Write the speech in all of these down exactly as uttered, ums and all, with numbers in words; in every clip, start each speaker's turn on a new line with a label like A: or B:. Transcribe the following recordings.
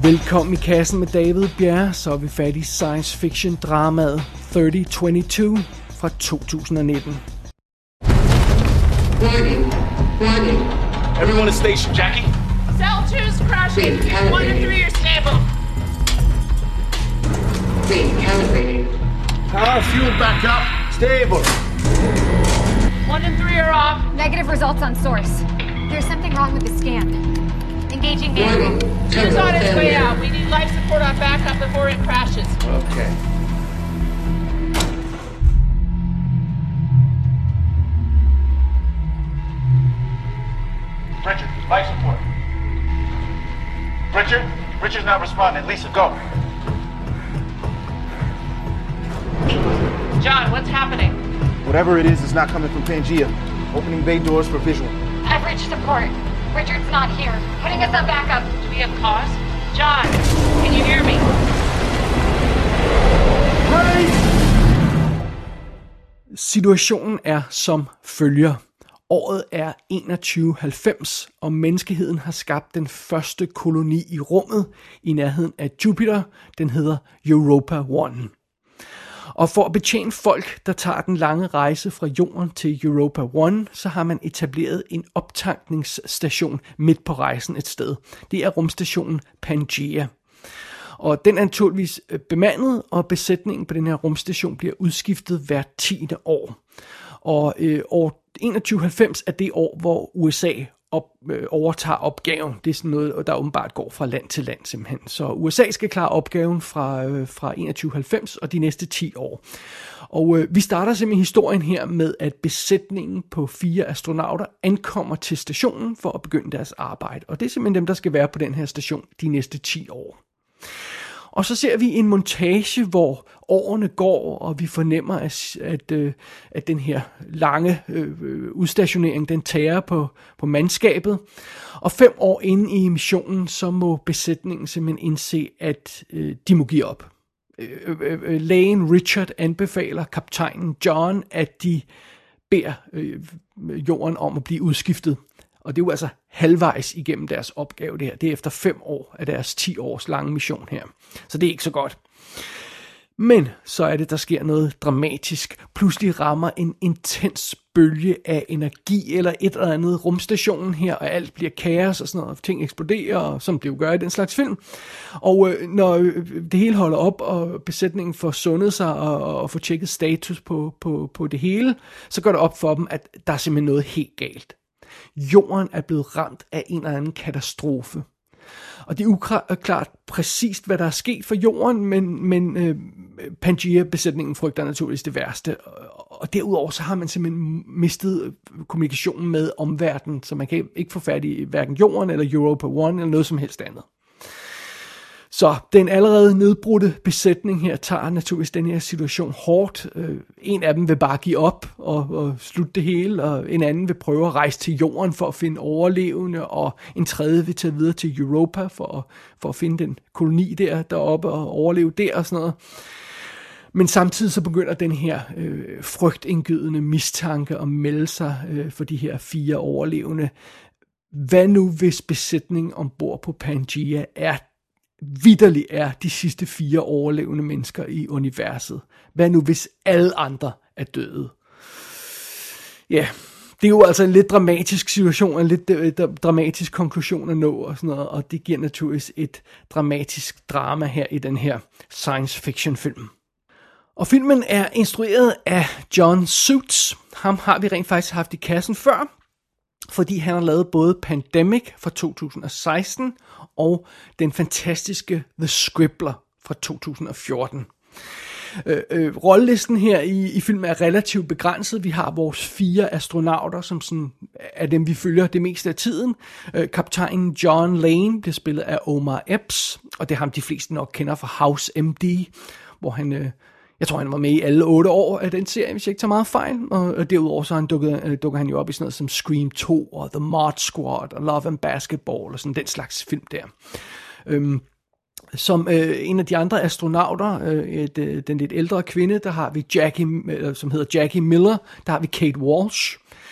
A: Velkommen i kassen med David Bjerre, så er vi fat i science fiction dramaet thirty twenty-two fra to tusind og nitten.
B: Warning, warning.
C: Everyone is stationed. Jackie?
D: Cell two's crashing. One and three are stable.
B: Recalibrating.
C: Power, fuel back up. Stable.
D: One and three are off.
E: Negative results on source. There's something wrong with the scan. Engaging vehicle.
B: Warning.
D: Two's on its way
B: Failure.
D: out. We need life support on backup before it crashes.
C: Okay.
F: Richard, life support. Richard? Richard's not responding. Lisa, go.
D: John, what's happening?
G: Whatever it is, it's not coming from Pangea. Opening bay doors for visual.
E: I've reached support. Richard's not here. Putting us on backup.
D: Do we have cause? John, can you hear me?
A: Situationen er som følger. Året er enogtyve halvfems, og menneskeheden har skabt den første koloni i rummet i nærheden af Jupiter. Den hedder Europa one. Og for at betjene folk, der tager den lange rejse fra jorden til Europa one, så har man etableret en optankningsstation midt på rejsen et sted. Det er rumstationen Pangea. Og den er naturligvis bemandet, og besætningen på den her rumstation bliver udskiftet hvert tiende år. Og øh, år enogtyve halvfems er det år, hvor U S A op, øh, overtager opgaven. Det er sådan noget, der åbenbart går fra land til land simpelthen. Så U S A skal klare opgaven fra, øh, fra enogtyve halvfems og de næste ti år. Og øh, vi starter simpelthen historien her med, at besætningen på fire astronauter ankommer til stationen for at begynde deres arbejde. Og det er simpelthen dem, der skal være på den her station de næste ti år. Og så ser vi en montage, hvor årene går, og vi fornemmer, at, at, at den her lange øh, udstationering, den tager på, på mandskabet. Og fem år inde i missionen, så må besætningen simpelthen indse, at øh, de må give op. Øh, øh, lægen Richard anbefaler kaptajnen John, at de beder øh, jorden om at blive udskiftet. Og det er jo altså halvvejs igennem deres opgave det her. Det er efter fem år af deres ti års lange mission her. Så det er ikke så godt. Men så er det, der sker noget dramatisk. Pludselig rammer en intens bølge af energi eller et eller andet rumstationen her, og alt bliver kaos og sådan noget. Ting eksploderer, og som det jo gør i den slags film. Og øh, når det hele holder op, og besætningen får sundet sig og, og får tjekket status på, på, på det hele, så går det op for dem, at der er simpelthen noget helt galt. Jorden er blevet ramt af en eller anden katastrofe. Og det er uklart præcist, hvad der er sket for jorden, men, men øh, Pangea-besætningen frygter naturligvis det værste. Og derudover så har man simpelthen mistet kommunikationen med omverdenen, så man kan ikke få fat i hverken jorden eller Europa one eller noget som helst andet. Så den allerede nedbrudte besætning her tager naturligvis den her situation hårdt. En af dem vil bare give op og, og slutte det hele, og en anden vil prøve at rejse til jorden for at finde overlevende, og en tredje vil tage videre til Europa for at, for at finde den koloni der deroppe og overleve der og sådan noget. Men samtidig så begynder den her øh, frygtindgydende mistanke at melde sig øh, for de her fire overlevende. Hvad nu hvis besætningen ombord på Pangea er vitterligt er de sidste fire overlevende mennesker i universet? Hvad nu hvis alle andre er døde? Ja, det er jo altså en lidt dramatisk situation, en lidt uh, dramatisk konklusion at nå og sådan noget, og det giver naturligvis et dramatisk drama her i den her science fiction film. Og filmen er instrueret af John Suits. Ham har vi rent faktisk haft i kassen før, fordi han har lavet både Pandemic fra to tusind og seksten og den fantastiske The Scribbler fra to tusind og fjorten. Øh, øh, rollelisten her i, i filmen er relativt begrænset. Vi har vores fire astronauter, som sådan er dem, vi følger det meste af tiden. Øh, kaptajnen John Lane bliver spillet af Omar Epps, og det er ham, de fleste nok kender fra House M D, hvor han... Øh, Jeg tror, han var med i alle otte år af den serie, hvis jeg ikke tager meget fejl. Og derudover så han dukket, dukker han jo op i sådan noget som Scream to og The Mod Squad og Love and Basketball og sådan den slags film der. Øhm, som øh, en af de andre astronauter, øh, et, øh, den lidt ældre kvinde, der har vi Jackie, øh, som hedder Jackie Miller. Der har vi Kate Walsh.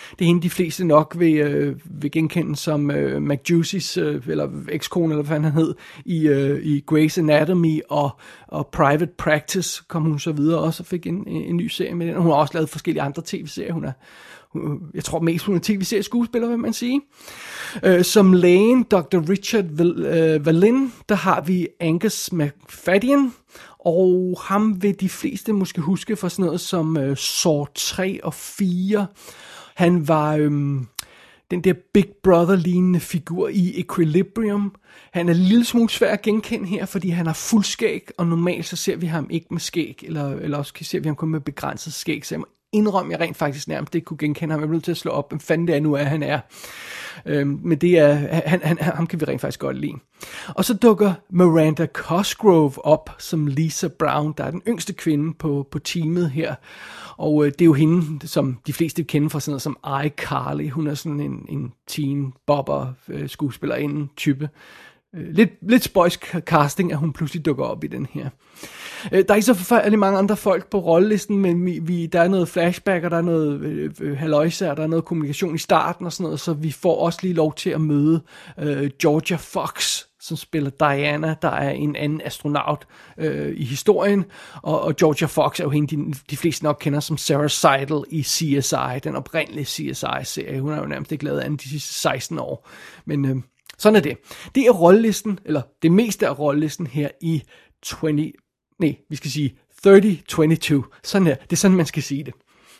A: Det er hende, de fleste nok vil, øh, vil genkende som øh, McJuicy's, øh, eller ekskone, eller hvad han hed, i, øh, i Grey's Anatomy og, og Private Practice, kom hun så videre også og fik en, en, en ny serie med den. Hun har også lavet forskellige andre tv-serier. Hun er, hun, jeg tror mest hun er tv-serieskuespiller, vil man sige. Øh, som lægen, doktor Richard Val, øh, Valin, der har vi Angus McFadden, og ham vil de fleste måske huske for sådan noget som øh, Saw tre og fire. Han var øhm, den der Big Brother-lignende figur i Equilibrium. Han er en lille smule svær at genkende her, fordi han har fuld skæg, og normalt så ser vi ham ikke med skæg, eller, eller også ser vi ham kun med begrænset skæg, så jeg må indrømme, jeg rent faktisk nærmest ikke kunne genkende ham. Jeg er nødt til at slå op, hvem fanden det er nu, er han er. Øhm, men det er, han, han, ham kan vi rent faktisk godt lide. Og så dukker Miranda Cosgrove op som Lisa Brown, der er den yngste kvinde på, på teamet her. Og øh, det er jo hende, som de fleste kender fra sådan noget som iCarly. Hun er sådan en, en teen bobber øh, skuespillerinde type. Lidt, lidt spøjs casting, at hun pludselig dukker op i den her. Der er ikke så forfærdeligt mange andre folk på rollelisten, men vi, vi, der er noget flashback, og der er noget øh, halløjse, og der er noget kommunikation i starten og sådan noget, så vi får også lige lov til at møde øh, Georgia Fox, som spiller Diana, der er en anden astronaut øh, i historien, og, og Georgia Fox er jo hende, de, de fleste nok kender som Sarah Seidel i C S I, den oprindelige C S I-serie. Hun er jo nærmest ikke lavet andet de sidste seksten år, men øh, sådan er det. Det er rollelisten, eller det meste af rollelisten her i tyve, nej, vi skal sige thirty twenty-two. Sådan er det. er sådan, man skal sige det.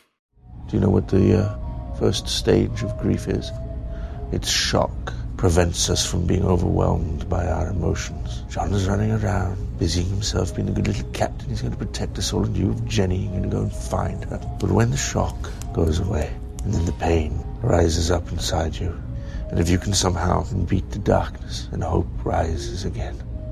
H: Do you know what the uh, first stage of grief is? It's shock. Prevents us from being overwhelmed by our emotions. John is running around, busying himself, being a good little captain. He's going to protect us all, and you, Jenny, you're going to go and find her. But when the shock goes away, and then the pain rises up inside you, and if you can somehow beat the darkness, and hope rises again.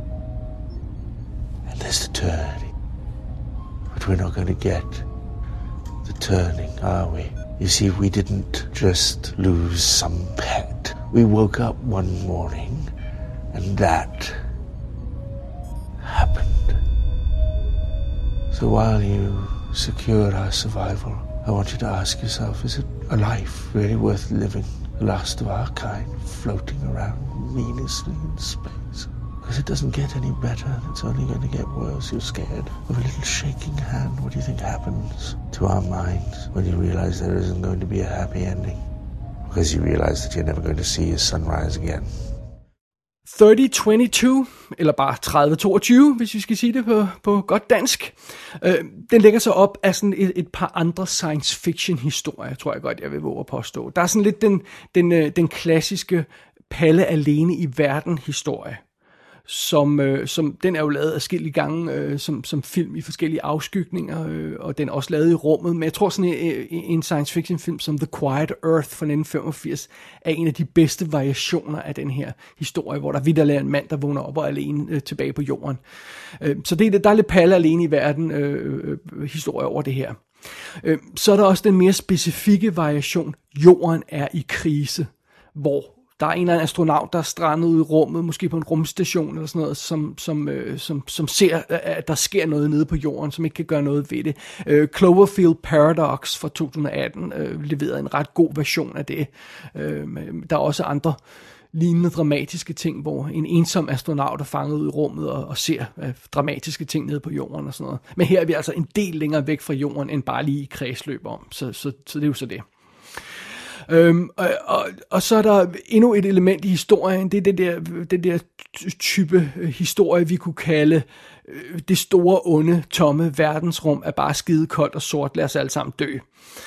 H: And there's the turning. But we're not going to get the turning, are we? You see, we didn't just lose some pet. We woke up one morning, and that happened. So while you secure our survival, I want you to ask yourself, is it a life really worth living? The last of our kind, floating around meaninglessly in space. Because it doesn't get any better, it's only going to get worse. You're scared of a little shaking hand. What do you think happens to our minds when you realize there isn't going to be a happy ending? Because you realize that you're never going to see a sunrise again.
A: thirty twenty-two, eller bare tredive toogtyve, hvis vi skal sige det på, på godt dansk. Øh, den lægger sig op af sådan et, et par andre science fiction historier, tror jeg godt, jeg vil våge at påstå. Der er sådan lidt den, den, den klassiske Palle alene i verden historie. Som, øh, som den er jo lavet adskillige gange øh, som, som film i forskellige afskygninger, øh, og den er også lavet i rummet. Men jeg tror sådan en, en science fiction film som The Quiet Earth fra nitten femogfirs er en af de bedste variationer af den her historie, hvor der vitterlig er en mand, der vågner op og er alene øh, tilbage på jorden. Øh, så det, der er lidt Palle alene i verden øh, øh, historie over det her. Øh, så er der også den mere specifikke variation, Jorden er i krise, hvor der er en eller anden astronaut, der er strandet ude i rummet, måske på en rumstation eller sådan noget, som, som, øh, som, som ser, at der sker noget nede på jorden, som ikke kan gøre noget ved det. Øh, Cloverfield Paradox fra to tusind atten øh, leverede en ret god version af det. Øh, der er også andre lignende dramatiske ting, hvor en ensom astronaut er fanget ud i rummet og, og ser øh, dramatiske ting nede på jorden og sådan noget. Men her er vi altså en del længere væk fra jorden, end bare lige i kredsløb om, så, så, så det er jo så det. Øhm, og, og, og så er der endnu et element i historien, det er den der, den der type historie, vi kunne kalde øh, det store, onde, tomme verdensrum er bare skide koldt og sort, lad os alle sammen dø.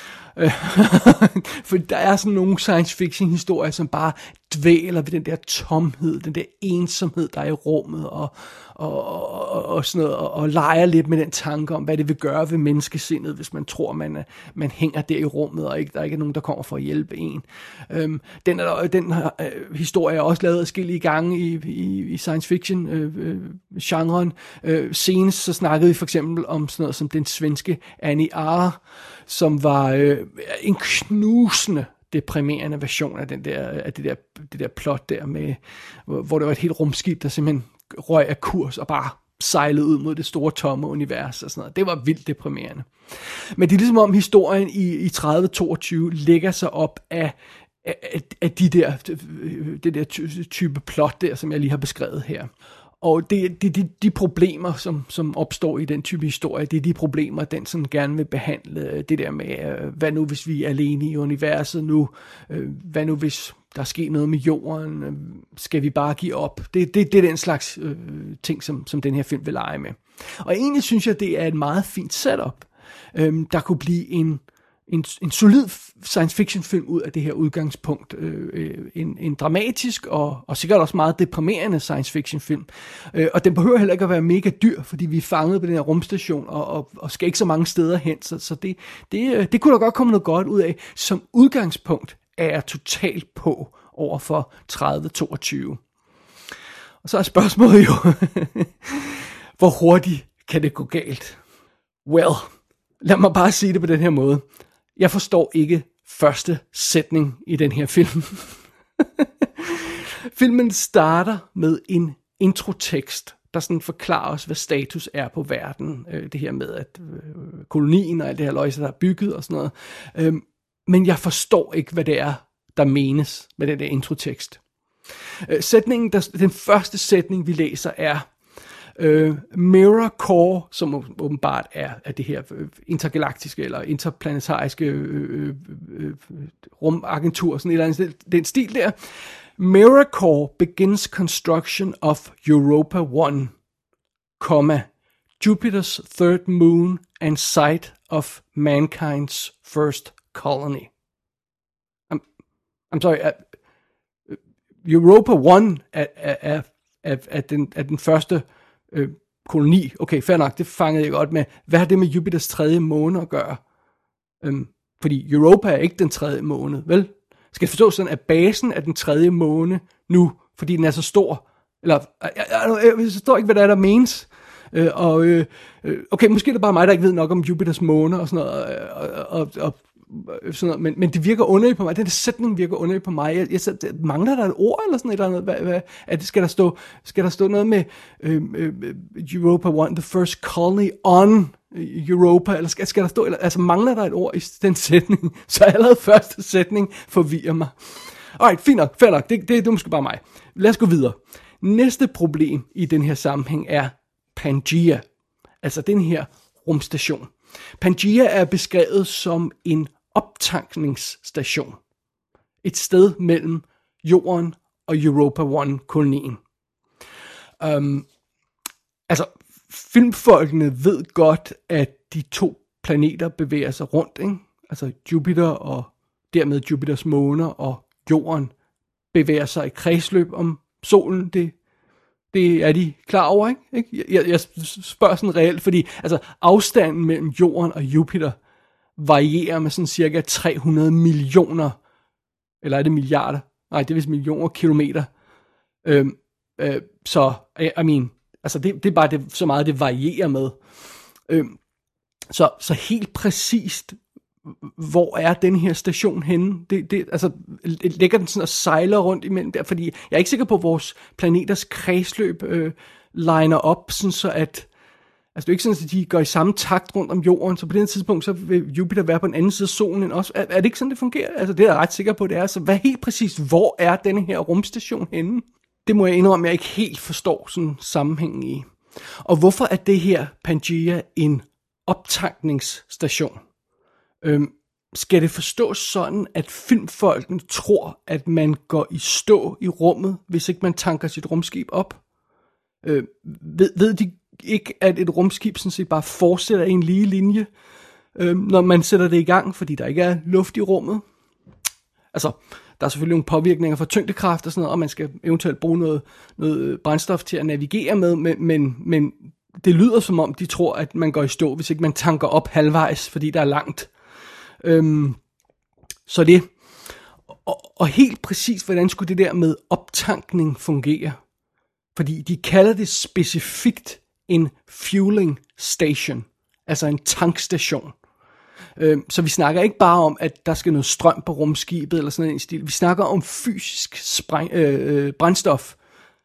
A: For der er sådan nogle science fiction historier, som bare dvæler ved den der tomhed, den der ensomhed, der er i rummet, og, og, og, og sådan noget, og, og leger lidt med den tanke om, hvad det vil gøre ved menneskesindet, hvis man tror, man, man hænger der i rummet, og ikke, der ikke er nogen, der kommer for at hjælpe en. Øhm, den er, den her, øh, historie er også lavet adskillige gange i, i, i science fiction øh, øh, genren. Øh, senest så snakkede vi for eksempel om sådan noget som den svenske Annie R., som var øh, en knusende deprimerende version af, den der, af det, der, det der plot der, med, hvor, hvor der var et helt rumskib, der simpelthen røg af kurs og bare sejlede ud mod det store tomme univers og sådan noget. Det var vildt deprimerende. Men det er ligesom om historien i, i tredive toogtyve lægger sig op af, af, af de der, det der type plot der, som jeg lige har beskrevet her. Og det, det, de, de problemer, som, som opstår i den type historie, det er de problemer, den sådan gerne vil behandle. Det der med, hvad nu hvis vi er alene i universet nu? Hvad nu hvis der sker noget med jorden? Skal vi bare give op? Det, det, det er den slags øh, ting, som, som den her film vil lege med. Og egentlig synes jeg, det er et meget fint setup. Øhm, der kunne blive en, en, en solid science fiction film ud af det her udgangspunkt. Øh, en, en dramatisk og, og sikkert også meget deprimerende science fiction film. Øh, og den behøver heller ikke at være mega dyr, fordi vi er fanget på den her rumstation og, og, og skal ikke så mange steder hen. Så, så det, det, det kunne der godt komme noget godt ud af. Som udgangspunkt er jeg totalt på over for tredive toogtyve. Og så er spørgsmålet jo, hvor hurtigt kan det gå galt? Well, lad mig bare sige det på den her måde. Jeg forstår ikke første sætning i den her film. Filmen starter med en introtekst, der sådan forklarer os, hvad status er på verden. Det her med, at kolonien og alt det her løjse, der er bygget og sådan noget. Men jeg forstår ikke, hvad det er, der menes med den der introtekst. Sætningen, der, den første sætning, vi læser, er Uh, Mirror Corps, som åbenbart er, er det her intergalaktiske eller interplanetariske øh, øh, øh, rumagentur, sådan et eller andet, den stil der. Mirror Corps begins construction of Europa one, comma, Jupiter's third moon and site of mankind's first colony. I'm, I'm sorry, uh, Europa one er, er, er, er, er, den, er den første Øh, koloni. Okay, fair nok, det fangede jeg godt med. Hvad har det med Jupiters tredje måne at gøre? Øhm, fordi Europa er ikke den tredje måne, vel? Skal jeg forstå sådan, at basen er den tredje måne nu, fordi den er så stor? Eller, jeg, jeg, jeg, jeg forstår ikke, hvad der er, der menes. Øh, og, øh, okay, måske er det bare mig, der ikke ved nok om Jupiters måne og sådan noget, og, og, og sådan noget, men, men det virker underligt på mig. Den der sætning virker underligt på mig. Jeg, jeg, mangler der et ord eller sådan et eller andet? Hvad, hvad, er det, skal, der stå, skal der stå noget med øh, øh, Europa one, the first colony on Europa, eller skal, skal der stå, eller, altså mangler der et ord i den sætning, så allerede første sætning forvirrer mig. Alright, fint nok, fair nok, det, det, det er måske bare mig. Lad os gå videre. Næste problem i den her sammenhæng er Pangea, altså den her rumstation. Pangea er beskrevet som en optankningsstation. Et sted mellem jorden og Europa one-kolonien. Um, altså, filmfolkene ved godt, at de to planeter bevæger sig rundt, ikke? Altså Jupiter og dermed Jupiters måner og jorden bevæger sig i kredsløb om solen. Det, det er de klar over, ikke? Jeg, jeg spørger sådan reelt, fordi altså, afstanden mellem jorden og Jupiter varierer med sådan cirka tre hundrede millioner, eller er det milliarder? Nej, det er vist millioner kilometer. Øhm, øh, så, I mean, altså det, det er bare det, så meget, det varierer med. Øhm, så, så helt præcist, hvor er den her station henne? Det, det, altså, ligger den sådan og sejler rundt imellem der? Fordi jeg er ikke sikker på, at vores planeters kredsløb øh, liner op, sådan så at altså det er ikke sådan, at de går i samme takt rundt om jorden, så på det tidspunkt, så vil Jupiter være på den anden side af solen end os. Er, er det ikke sådan, det fungerer? Altså det er jeg ret sikker på, det er. Så hvad helt præcis, hvor er denne her rumstation henne? Det må jeg indrømme, jeg ikke helt forstår sådan sammenhængen i. Og hvorfor er det her Pangea en optankningsstation? Øhm, skal det forstås sådan, at filmfolkene tror, at man går i stå i rummet, hvis ikke man tanker sit rumskib op? Øh, ved, ved de ikke, at et rumskib sådan set bare fortsætter i en lige linje, øh, når man sætter det i gang, fordi der ikke er luft i rummet? Altså, der er selvfølgelig nogle påvirkninger fra tyngdekraft og sådan noget, og man skal eventuelt bruge noget, noget brændstof til at navigere med, men, men, men det lyder som om, de tror, at man går i stå, hvis ikke man tanker op halvvejs, fordi der er langt. Øhm, så det. Og, og helt præcis, hvordan skulle det der med optankning fungere? Fordi de kalder det specifikt en fueling station, altså en tankstation. Øhm, så vi snakker ikke bare om, at der skal noget strøm på rumskibet eller sådan en stil. Vi snakker om fysisk spræng, øh, brændstof,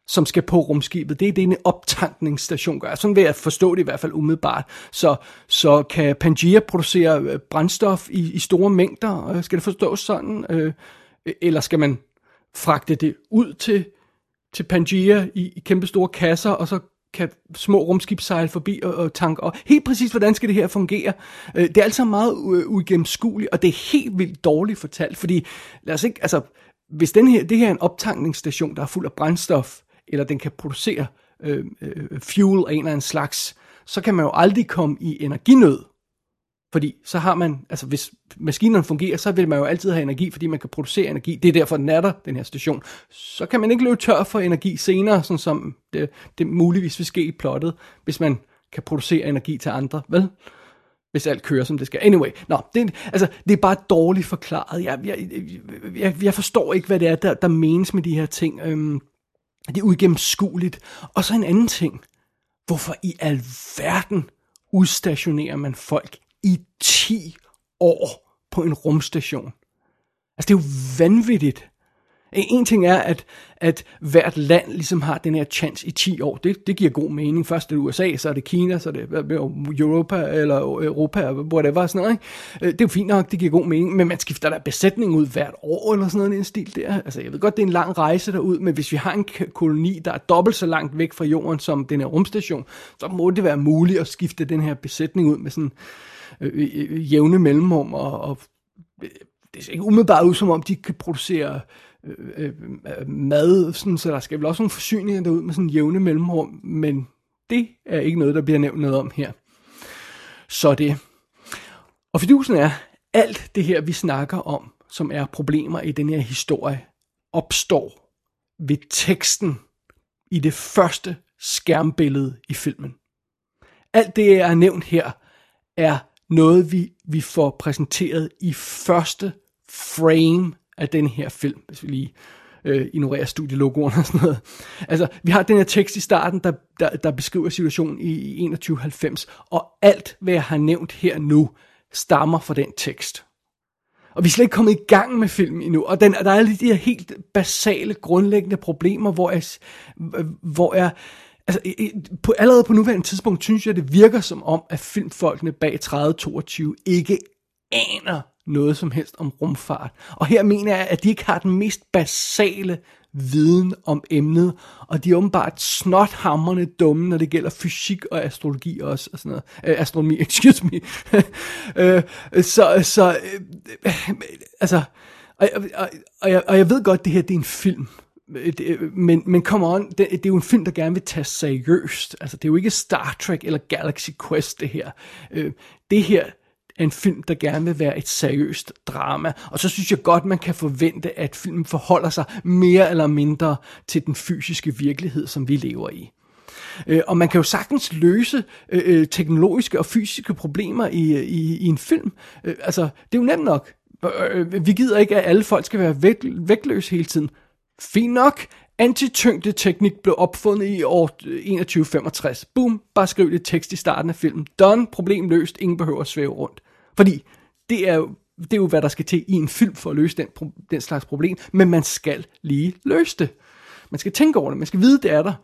A: som skal på rumskibet. Det er det, en optankningsstation gør. Sådan vil jeg forstå det i hvert fald umiddelbart. Så, så kan Pangaea producere brændstof i, i store mængder? Skal det forstås sådan? Øh, eller skal man fragte det ud til, til Pangaea i, i kæmpe store kasser, og så kan små rumskib sejle forbi og, og tanke? Og helt præcis, hvordan skal det her fungere? Øh, det er altså meget uigennemskueligt, og det er helt vildt dårligt fortalt, fordi lad os ikke, altså, hvis den her, det her er en optankningsstation, der er fuld af brændstof, eller den kan producere øh, øh, fuel af en eller anden slags, så kan man jo aldrig komme i energinød. Fordi så har man, altså hvis maskinerne fungerer, så vil man jo altid have energi, fordi man kan producere energi. Det er derfor, den er der, den her station. Så kan man ikke løbe tør for energi senere, sådan som det, det muligvis vil ske i plottet, hvis man kan producere energi til andre, vel? Hvis alt kører, som det skal. Anyway, nå, det, altså, det er bare dårligt forklaret. Jeg, jeg, jeg, jeg forstår ikke, hvad det er, der, der menes med de her ting. Øhm, det er uigennemskueligt. Og så en anden ting. Hvorfor i alverden udstationerer man folk i ti år på en rumstation? Altså, det er jo vanvittigt. En ting er, at, at hvert land ligesom har den her chance i ti år. Det, det giver god mening. Først er det U S A, så er det Kina, så er det Europa, eller Europa, whatever, sådan noget, ikke? Det er jo fint nok, det giver god mening, men man skifter der besætning ud hvert år, eller sådan noget, en stil der. Altså, jeg ved godt, det er en lang rejse derud, men hvis vi har en koloni, der er dobbelt så langt væk fra jorden, som den her rumstation, så må det være muligt at skifte den her besætning ud med sådan øh, jævne mellemrum, og, og det ser ikke umiddelbart ud, som om de kan producere Øh, øh, mad, sådan, så der skal vel også nogle forsyninger derud med sådan jævne mellemrum, men det er ikke noget, der bliver nævnt noget om her. Så det. Og fidusen er, alt det her, vi snakker om, som er problemer i den her historie, opstår ved teksten i det første skærmbillede i filmen. Alt det, jeg har nævnt her, er noget, vi, vi får præsenteret i første frame af den her film, hvis vi lige øh, ignorerer studielogoerne og sådan noget. Altså, vi har den her tekst i starten, der, der, der beskriver situationen i, i enogtyve halvfems, og alt, hvad jeg har nævnt her nu, stammer fra den tekst. Og vi er slet ikke kommet i gang med filmen endnu, og den, der er alle de her helt basale, grundlæggende problemer, hvor jeg, hvor jeg altså, på, allerede på nuværende tidspunkt, synes jeg, det virker som om, at filmfolkene bag tredive toogtyve ikke aner noget som helst om rumfart. Og her mener jeg, at de ikke har den mest basale viden om emnet, og de er åbenbart snothamrende dumme, når det gælder fysik og astrologi også, og sådan noget. Øh, astronomi, excuse me. øh, så, så, øh, altså, og, og, og, jeg, og jeg ved godt, det her, det er en film, men, men come on, det, det er jo en film, der gerne vil tage seriøst. Altså, det er jo ikke Star Trek eller Galaxy Quest, det her. Øh, det her er en film, der gerne vil være et seriøst drama. Og så synes jeg godt, man kan forvente, at filmen forholder sig mere eller mindre til den fysiske virkelighed, som vi lever i. Øh, og man kan jo sagtens løse øh, teknologiske og fysiske problemer i, i, i en film. Øh, altså, det er jo nemt nok. Øh, vi gider ikke, at alle folk skal være væk, vægtløse hele tiden. Fint nok. Antityngdeteknik blev opfundet i år enogtyve femogtres. Boom, bare skriv det tekst i starten af filmen. Done, problem løst, ingen behøver at svæve rundt. Fordi det er jo, det er jo hvad der skal til i en film for at løse den, den slags problem, men man skal lige løse det. Man skal tænke over det, man skal vide, det er der.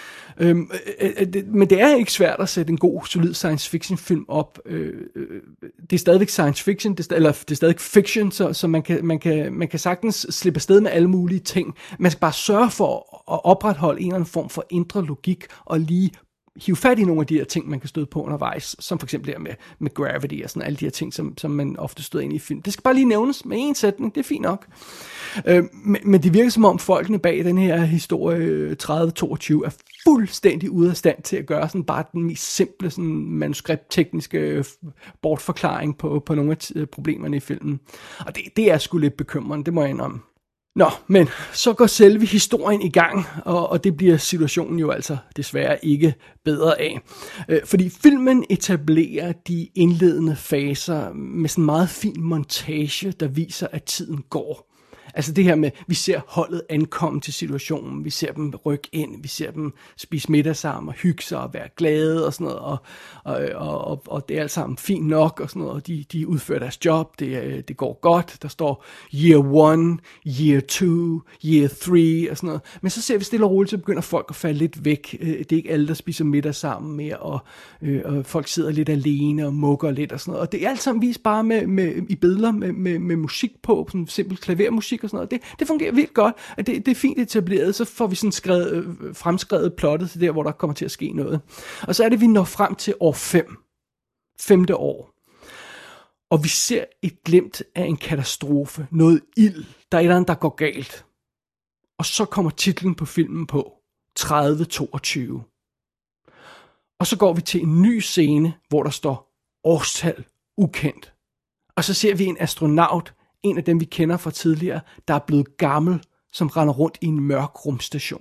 A: Øhm, øh, øh, det, men det er ikke svært at sætte en god, solid science fiction film op. Øh, øh, det er stadigvæk science fiction, det er, eller det er stadigvæk fiction, så, så man, kan, man, kan, man kan sagtens slippe afsted med alle mulige ting. Man skal bare sørge for at opretholde en eller anden form for indre logik, og lige hive fat i nogle af de her ting, man kan støde på undervejs, som for eksempel der med, med Gravity og sådan alle de her ting, som, som man ofte støder ind i film. Det skal bare lige nævnes med en sætning, det er fint nok. Øh, men, men det virker som om folkene bag den her historie tredive toogtyve er fuldstændig ude af stand til at gøre sådan bare den mest simple sådan manuskripttekniske bortforklaring på, på nogle af problemerne i filmen. Og det, det er sgu lidt bekymrende, det må jeg indrømme. Nå, men så går selve historien i gang, og, og det bliver situationen jo altså desværre ikke bedre af. Øh, fordi filmen etablerer de indledende faser med sådan en meget fin montage, der viser, at tiden går. Altså det her med, vi ser holdet ankomme til situationen, vi ser dem rykke ind, vi ser dem spise middag sammen og hygge sig og være glade og sådan noget, og, og, og, og det er alt sammen fint nok og sådan noget, og de, de udfører deres job, det, det går godt, der står year one, year two, year three og sådan noget, men så ser vi stille og roligt, så begynder folk at falde lidt væk, det er ikke alle, der spiser middag sammen mere, og, og folk sidder lidt alene og mukker lidt og sådan noget, og det er alt sammen vist bare med, med, i billeder med, med, med musik på, sådan simpel klavermusik og sådan noget. Det, det fungerer vildt godt, og det, det er fint etableret, så får vi sådan skrevet, øh, fremskrevet plottet til der, hvor der kommer til at ske noget. Og så er det, vi når frem til år fem. Femte år. Og vi ser et glimt af en katastrofe. Noget ild. Der er et eller andet, der går galt. Og så kommer titlen på filmen på. tredive toogtyve. Og så går vi til en ny scene, hvor der står årstal ukendt. Og så ser vi en astronaut, en af dem vi kender fra tidligere, der er blevet gammel, som render rundt i en mørk rumstation.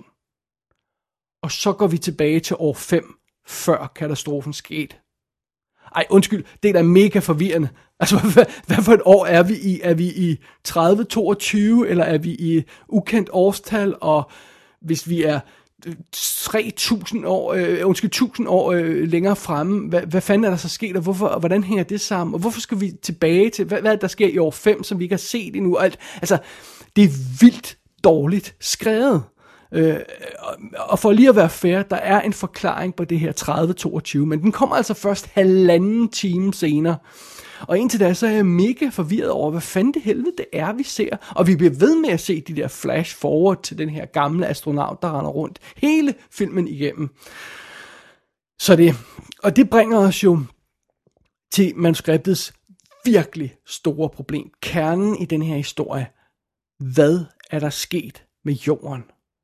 A: Og så går vi tilbage til år fem, før katastrofen skete. Ej, undskyld, det er da mega forvirrende. Altså, hvad, hvad for et år er vi i? Er vi i tredive toogtyve, eller er vi i ukendt årstal? Og hvis vi er tre tusind år, øh, undskyld, tusind år øh, længere fremme, hvad, hvad fanden er der så sket, og hvorfor, og hvordan hænger det sammen? Og hvorfor skal vi tilbage til, hvad, hvad der sker i år fem, som vi ikke har set endnu? Alt, altså, det er vildt dårligt skrevet. Øh, og for lige at være fair, der er en forklaring på det her tredive toogtyve, men den kommer altså først halvanden time senere. Og indtil da, så er jeg mega forvirret over, hvad fanden det helvede det er, vi ser. Og vi bliver ved med at se de der flash forward til den her gamle astronaut, der render rundt hele filmen igennem. Så det, og det bringer os jo til manuskriptets virkelig store problem. Kernen i den her historie. Hvad er der sket med jorden?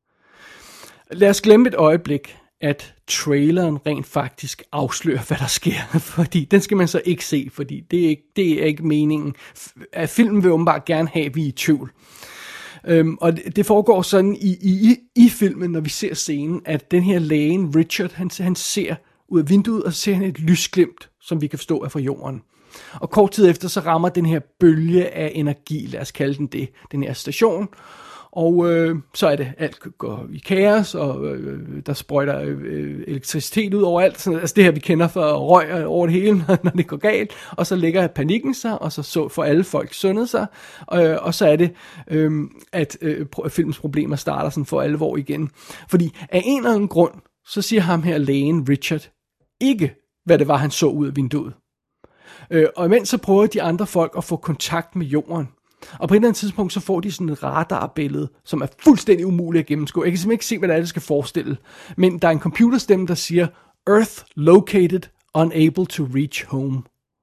A: Lad os glemme et øjeblik, at traileren rent faktisk afslører, hvad der sker, fordi den skal man så ikke se, fordi det er ikke, det er ikke meningen. At filmen vil åbenbart gerne have, at vi er i tvivl. Øhm, og det, det foregår sådan i, i, i filmen, når vi ser scenen, at den her lægen, Richard, han, han ser ud af vinduet, og så ser han et lysglimt, som vi kan forstå er fra jorden. Og kort tid efter, så rammer den her bølge af energi, lad os kalde den det, den her station. Og øh, så er det, alt går i kaos, og øh, der sprøjter øh, elektricitet ud over alt. Så, altså det her, vi kender fra røg over det hele, når det går galt. Og så lægger panikken sig, og så, så får alle folk sundet sig. Øh, og så er det, øh, at øh, filmens problemer starter sådan for alvor igen. Fordi af en eller anden grund, så siger ham her lægen, Richard, ikke hvad det var, han så ud af vinduet. Øh, og imens så prøver de andre folk at få kontakt med jorden. Og på et eller andet tidspunkt, så får de sådan et radarbillede, som er fuldstændig umuligt at gennemskue. Jeg kan simpelthen ikke se, hvad det er, det skal forestille. Men der er en computerstemme, der siger, Earth located, unable to reach home.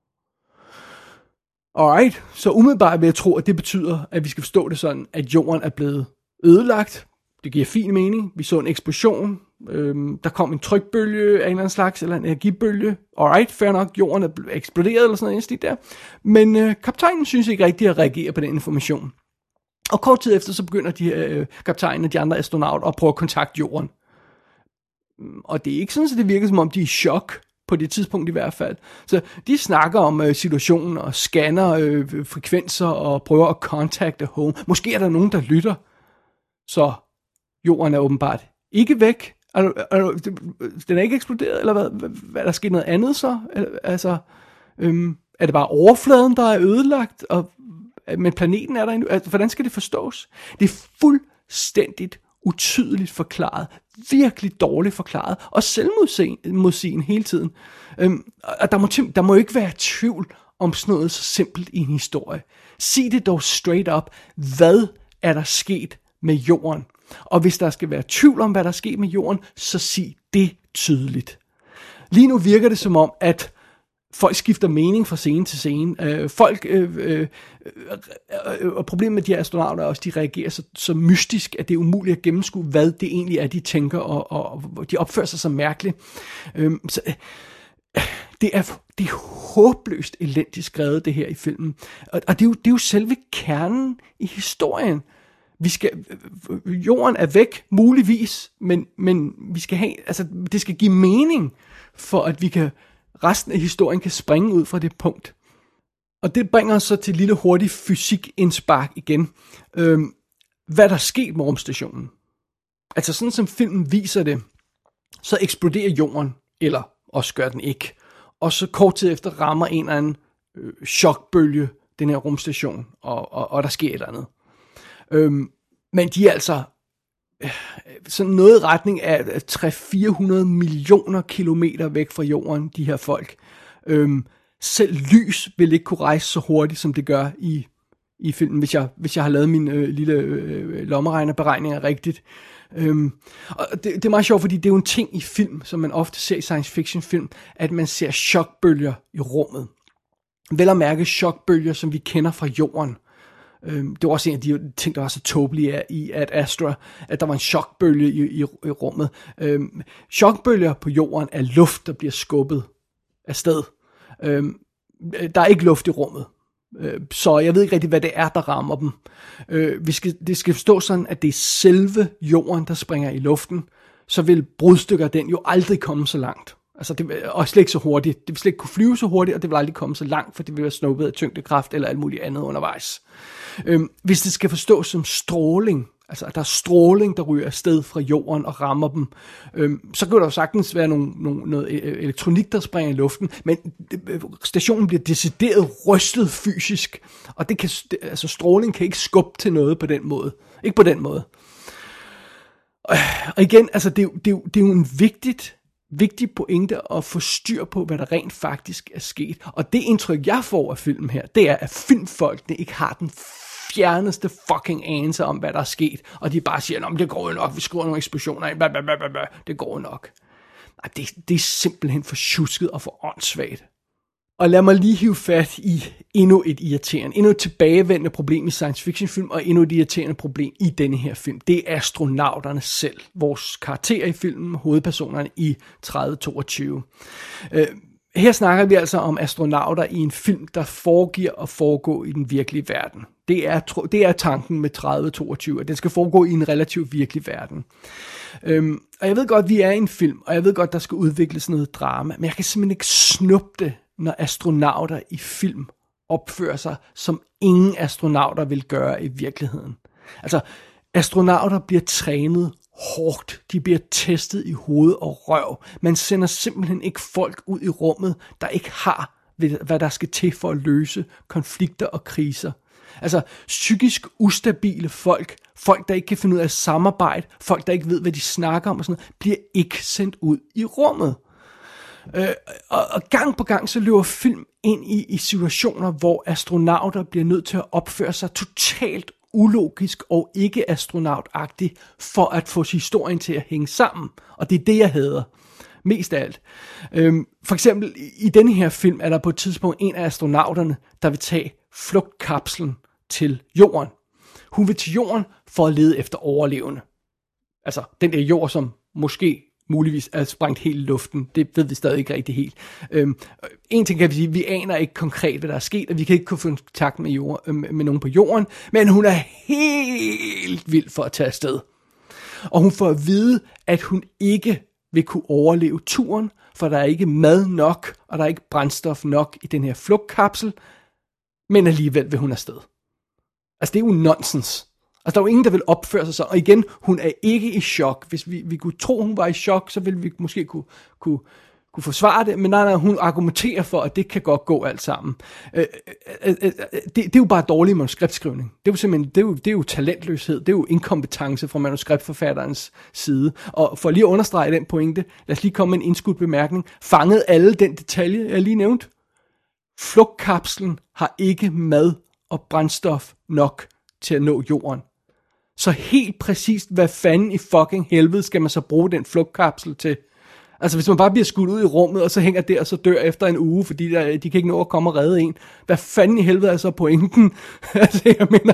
A: Alright, så umiddelbart vil jeg tro, at det betyder, at vi skal forstå det sådan, at jorden er blevet ødelagt. Det giver fin mening. Vi så en eksplosion. Øhm, der kom en trykbølge af en eller anden slags, eller en energibølge. Alright, fair nok, jorden er eksploderet, eller sådan noget der. Men øh, kaptajnen synes ikke rigtigt at reagere på den information. Og kort tid efter, så begynder de øh, kaptajnen og de andre astronauter at prøve at kontakte jorden. Og det er ikke sådan, at det virker som om, de er i chok, på det tidspunkt i hvert fald. Så de snakker om øh, situationen, og scanner øh, frekvenser, og prøver at kontakte home. Måske er der nogen, der lytter. Så jorden er åbenbart ikke væk. Er, er, den er ikke eksploderet, eller hvad? Hvad er der sket noget andet så? Altså, øhm, er det bare overfladen, der er ødelagt, og, men planeten er der endnu? Altså, hvordan skal det forstås? Det er fuldstændigt utydeligt forklaret. Virkelig dårligt forklaret. Og selvmodsigende hele tiden. Øhm, og der må, der må ikke være tvivl om sådan noget så simpelt i en historie. Sig det dog straight up. Hvad er der sket med jorden? Og hvis der skal være tvivl om, hvad der er sket med jorden, så sig det tydeligt. Lige nu virker det som om, at folk skifter mening fra scene til scene. Øh, folk, øh, øh, øh, og problemet med de her astronauter er også, de reagerer så, så mystisk, at det er umuligt at gennemskue, hvad det egentlig er, de tænker, og, og, og de opfører sig så mærkeligt. Øh, så, øh, det, er, det er håbløst elendigt skrevet, det her i filmen. Og, og det, er jo, det er jo selve kernen i historien. Vi skal, jorden er væk, muligvis, men, men vi skal have, altså, det skal give mening, for at vi kan, resten af historien kan springe ud fra det punkt. Og det bringer os så til et lille hurtigt fysikindspark igen. Øhm, hvad der er sket med rumstationen. Altså sådan som filmen viser det, så eksploderer jorden, eller også gør den ikke. Og så kort tid efter rammer en eller anden øh, chokbølge den her rumstation, og, og, og der sker et eller andet. Øhm, men de er altså øh, sådan noget i retning af tre hundrede til fire hundrede millioner kilometer væk fra jorden, de her folk. Øhm, selv lys vil ikke kunne rejse så hurtigt, som det gør i, i filmen, hvis jeg, hvis jeg har lavet mine øh, lille øh, lommeregnerberegninger rigtigt. Øhm, og det, det er meget sjovt, fordi det er jo en ting i film, som man ofte ser i science fiction film, at man ser chokbølger i rummet. Vel at mærke chokbølger, som vi kender fra jorden. Øhm, det var også en af de ting, der var så tåbelige i at Astra, at der var en chokbølge i, i, i rummet. Øhm, chokbølger på jorden er luft, der bliver skubbet afsted. Øhm, der er ikke luft i rummet. Så jeg ved ikke rigtig, hvad det er, der rammer dem. Vi skal, det skal forstå sådan, at det er selve jorden, der springer i luften. Så vil brudstykker af den jo aldrig komme så langt. Altså, det vil, og slet ikke så hurtigt. Det vil slet ikke kunne flyve så hurtigt, og det vil aldrig komme så langt, for det vil være snuppet af tyngdekraft eller alt muligt andet undervejs. Hvis det skal forstås som stråling, altså at der er stråling, der ryger afsted fra jorden og rammer dem, øhm, så kan der jo sagtens være nogle, nogle, noget elektronik, der springer i luften, men stationen bliver decideret rystet fysisk, og det kan, altså stråling kan ikke skubbe til noget på den måde. Ikke på den måde. Og igen, altså det, det, det, det er jo en vigtigt, vigtig pointe at få styr på, hvad der rent faktisk er sket. Og det indtryk, jeg får af filmen her, det er, at filmfolkene ikke har den fjerneste fucking anelse om, hvad der er sket. Og de bare siger, det går jo nok, vi skriver nogle eksplosioner ind, blablabla, det går jo nok. Nej, det, det er simpelthen for tjusket og for åndssvagt. Og lad mig lige hive fat i endnu et irriterende, endnu et tilbagevendende problem i science fiction film, og endnu et irriterende problem i denne her film. Det er astronauterne selv, vores karakterer i filmen, hovedpersonerne i tredive toogtyve. Øh, her snakker vi altså om astronauter i en film, der foregiver at foregå i den virkelige verden. Det er, det er tanken med tredive toogtyve, at den skal foregå i en relativt virkelig verden. Øhm, og jeg ved godt, vi er i en film, og jeg ved godt, der skal udvikles noget drama, men jeg kan simpelthen ikke snuppe det, når astronauter i film opfører sig, som ingen astronauter vil gøre i virkeligheden. Altså, astronauter bliver trænet hårdt. De bliver testet i hoved og røv. Man sender simpelthen ikke folk ud i rummet, der ikke har, hvad der skal til for at løse konflikter og kriser. Altså, psykisk ustabile folk, folk, der ikke kan finde ud af at samarbejde, folk, der ikke ved, hvad de snakker om og sådan noget, bliver ikke sendt ud i rummet. Øh, og, og gang på gang så løber film ind i, i situationer, hvor astronauter bliver nødt til at opføre sig totalt ulogisk og ikke astronautagtigt for at få historien til at hænge sammen. Og det er det, jeg hader mest af alt. Øhm, for eksempel i denne her film er der på et tidspunkt en af astronauterne, der vil tage flugtkapslen til jorden. Hun vil til jorden for at lede efter overlevende. Altså den der jord, som måske muligvis er sprængt helt i luften. Det ved vi stadig ikke rigtig helt. Øhm, en ting kan vi sige, vi aner ikke konkret, hvad der er sket, og vi kan ikke kunne få kontakt med, jord, øh, med nogen på jorden, men hun er helt vild for at tage afsted. Og hun får at vide, at hun ikke vil kunne overleve turen, for der er ikke mad nok, og der er ikke brændstof nok i den her flugtkapsel, men alligevel vil hun afsted. Altså det er jo nonsens. Altså, der er jo ingen, der vil opføre sig så. Og igen, hun er ikke i chok. Hvis vi, vi kunne tro, hun var i chok, så ville vi måske kunne, kunne, kunne forsvare det. Men nej, nej, hun argumenterer for, at det kan godt gå alt sammen. Øh, øh, øh, det, det er jo bare dårlig manuskriptskrivning. Det er jo simpelthen, det er jo, det er jo talentløshed. Det er jo inkompetence fra manuskriptforfatterens side. Og for lige at understrege den pointe, lad os lige komme med en indskudt bemærkning. Fangede alle den detalje, jeg lige nævnte? Flugtkapslen har ikke mad og brændstof nok til at nå jorden. Så helt præcist, hvad fanden i fucking helvede skal man så bruge den flugtkapsel til? Altså hvis man bare bliver skudt ud i rummet, og så hænger der og så dør efter en uge, fordi der, de kan ikke nå at komme og redde en. Hvad fanden i helvede er så pointen? Altså jeg mener...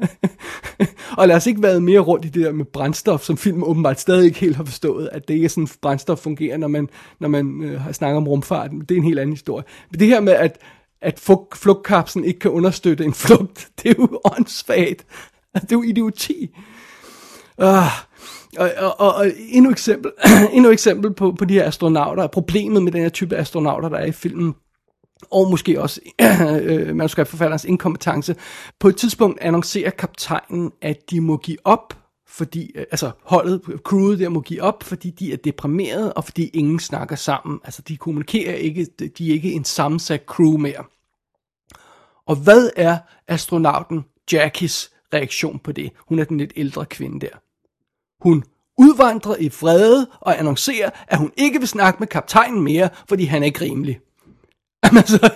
A: og lad os ikke være mere rundt i det der med brændstof, som filmen åbenbart stadig ikke helt har forstået, at det ikke er sådan, brændstof fungerer, når man, når man øh, snakker om rumfarten. Det er en helt anden historie. Men det her med, at, at flugtkapslen ikke kan understøtte en flugt, det er jo åndssvagt. Det er jo idioti. Uh, og, og, og, og endnu eksempel, endnu eksempel på, på de her astronauter. Problemet med den her type astronauter, der er i filmen, og måske også øh, manuskriptforfatterens inkompetence. På et tidspunkt annoncerer kaptajnen, at de må give op, fordi, altså holdet, crewet der må give op, fordi de er deprimerede, og fordi ingen snakker sammen. Altså de kommunikerer ikke, de er ikke en sammensat crew mere. Og hvad er astronauten Jackies reaktion på det? Hun er den lidt ældre kvinde der. Hun udvandrer i vrede og annoncerer, at hun ikke vil snakke med kaptajnen mere, fordi han er ikke rimelig. Altså,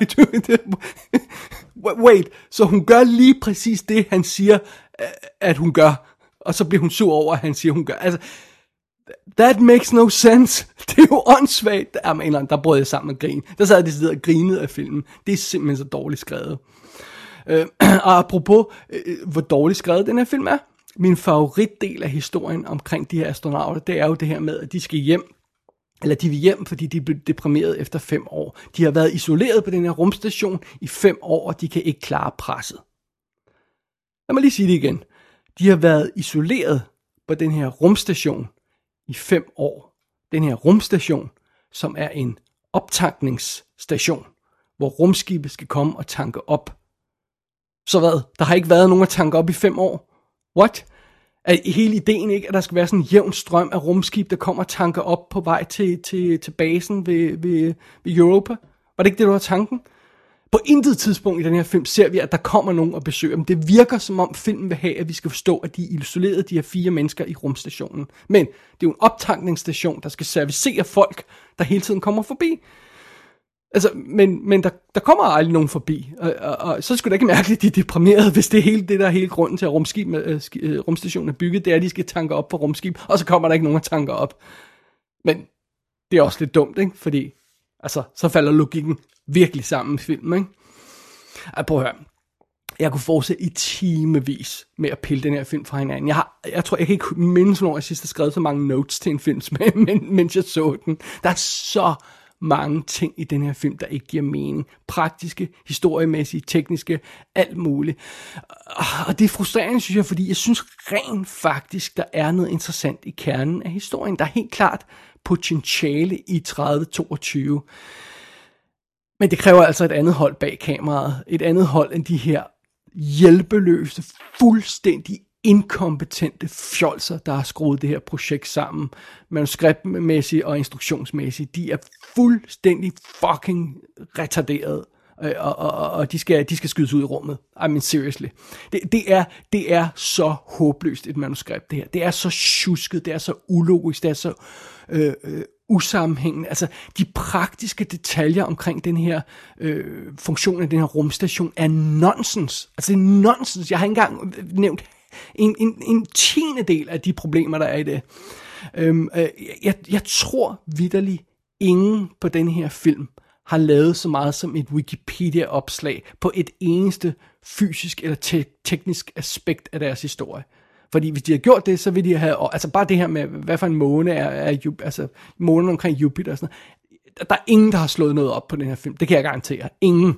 A: wait, så hun gør lige præcis det, han siger, at hun gør, og så bliver hun sur over, at han siger, hun gør. Altså, that makes no sense. Det er jo åndssvagt. Jamen, der brød jeg sammen med grin. Der sad jeg decideret og grinede af filmen. Det er simpelthen så dårligt skrevet. Øh, og apropos, øh, hvor dårligt skrevet den her film er. Min favoritdel af historien omkring de her astronauter, det er jo det her med, at de skal hjem, eller de vil hjem, fordi de blev deprimeret efter fem år. De har været isoleret på den her rumstation i fem år, og de kan ikke klare presset. Lad mig lige sige det igen. De har været isoleret på den her rumstation i fem år. Den her rumstation, som er en optankningsstation, hvor rumskibet skal komme og tanke op. Så hvad? Der har ikke været nogen at tanke op i fem år? What? Er hele ideen ikke, at der skal være sådan en jævn strøm af rumskib, der kommer og tanker op på vej til, til, til basen ved, ved, ved Europa? Var det ikke det, du var tanken? På intet tidspunkt i den her film ser vi, at der kommer nogen og besøger dem. Det virker som om filmen vil have, at vi skal forstå, at de er isoleret, de her fire mennesker i rumstationen. Men det er jo en optankningsstation, der skal servicere folk, der hele tiden kommer forbi. Altså, men, men der, der kommer aldrig nogen forbi, og, og, og så skulle det ikke mærkeligt, at de er deprimerede, hvis det er hele det, der er hele grunden til, at rumskib, øh, sk- rumstationen er bygget, det er, at de skal tanke op på rumskib, og så kommer der ikke nogen at tanke op. Men det er også lidt dumt, ikke? Fordi, altså, så falder logikken virkelig sammen i filmen, ikke? Ej, prøv at høre. Jeg kunne fortsætte i timevis med at pille den her film fra hinanden. Jeg, har, jeg tror, jeg kan ikke mindes, når jeg sidst har skrevet så mange notes til en film, mens jeg så den. Der er så mange ting i den her film, der ikke giver mening. Praktiske, historiemæssige, tekniske, alt muligt. Og det er frustrerende, synes jeg, fordi jeg synes rent faktisk, der er noget interessant i kernen af historien. Der er helt klart potentiale i tredive toogtyve. Men det kræver altså et andet hold bag kameraet. Et andet hold end de her hjælpeløse, fuldstændig inkompetente fjolser, der har skruet det her projekt sammen, manuskriptmæssigt og instruktionsmæssigt. De er fuldstændig fucking retarderet, og, og, og, og de, skal, de skal skydes ud i rummet. I mean, seriously. Det, det, er, det er så håbløst et manuskript, det her. Det er så tjusket, det er så ulogisk, det er så øh, øh, usammenhængende. Altså, de praktiske detaljer omkring den her øh, funktion af den her rumstation er nonsens. Altså, det er nonsens. Jeg har ikke engang nævnt En, en, en tiende del af de problemer, der er i det. Øhm, øh, jeg, jeg tror vitterligt ingen på den her film har lavet så meget som et Wikipedia-opslag på et eneste fysisk eller te- teknisk aspekt af deres historie. Fordi hvis de har gjort det, så vil de have, altså bare det her med, hvad for en måne er, er altså månen omkring Jupiter og sådan noget. Der er ingen, der har slået noget op på den her film. Det kan jeg garantere. Ingen.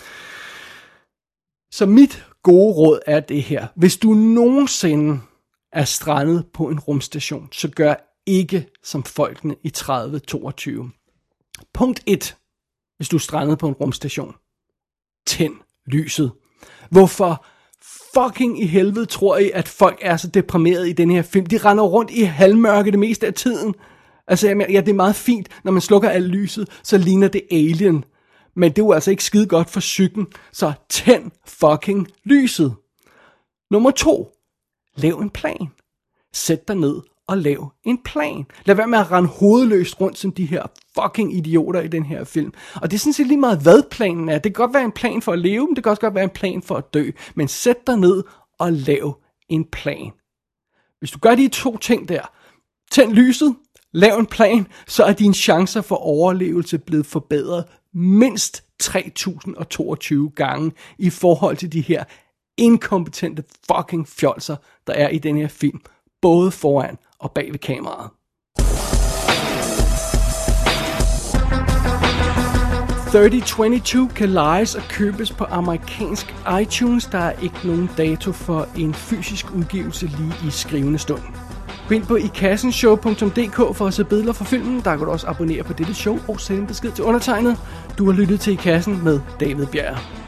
A: Så mit gode råd er det her. Hvis du nogensinde er strandet på en rumstation, så gør ikke som folkene i tredive toogtyve. Punkt et. Hvis du er strandet på en rumstation. Tænd lyset. Hvorfor fucking i helvede tror I, at folk er så deprimerede i den her film? De render rundt i halvmørke det meste af tiden. Altså, ja, det er meget fint, når man slukker alt lyset, så ligner det Alien. Men det er jo altså ikke skide godt for psyken, så tænd fucking lyset. Nummer to. Lav en plan. Sæt dig ned og lav en plan. Lad være med at rende hovedløst rundt som de her fucking idioter i den her film. Og det er sådan set lige meget, hvad planen er. Det kan godt være en plan for at leve, men det kan også godt være en plan for at dø. Men sæt dig ned og lav en plan. Hvis du gør de to ting der, tænd lyset, lav en plan, så er dine chancer for overlevelse blevet forbedret mindst tre tusind toogtyve gange i forhold til de her inkompetente fucking fjolser, der er i den her film, både foran og bag ved kameraet. tredive toogtyve kan lejes og købes på amerikansk iTunes. Der er ikke nogen dato for en fysisk udgivelse lige i skrivende stund. Gå ind på ikassenshow punktum d k for at se billeder fra filmen. Der kan du også abonnere på dette show og sende en besked til undertegnet. Du har lyttet til I Kassen med David Bjerg.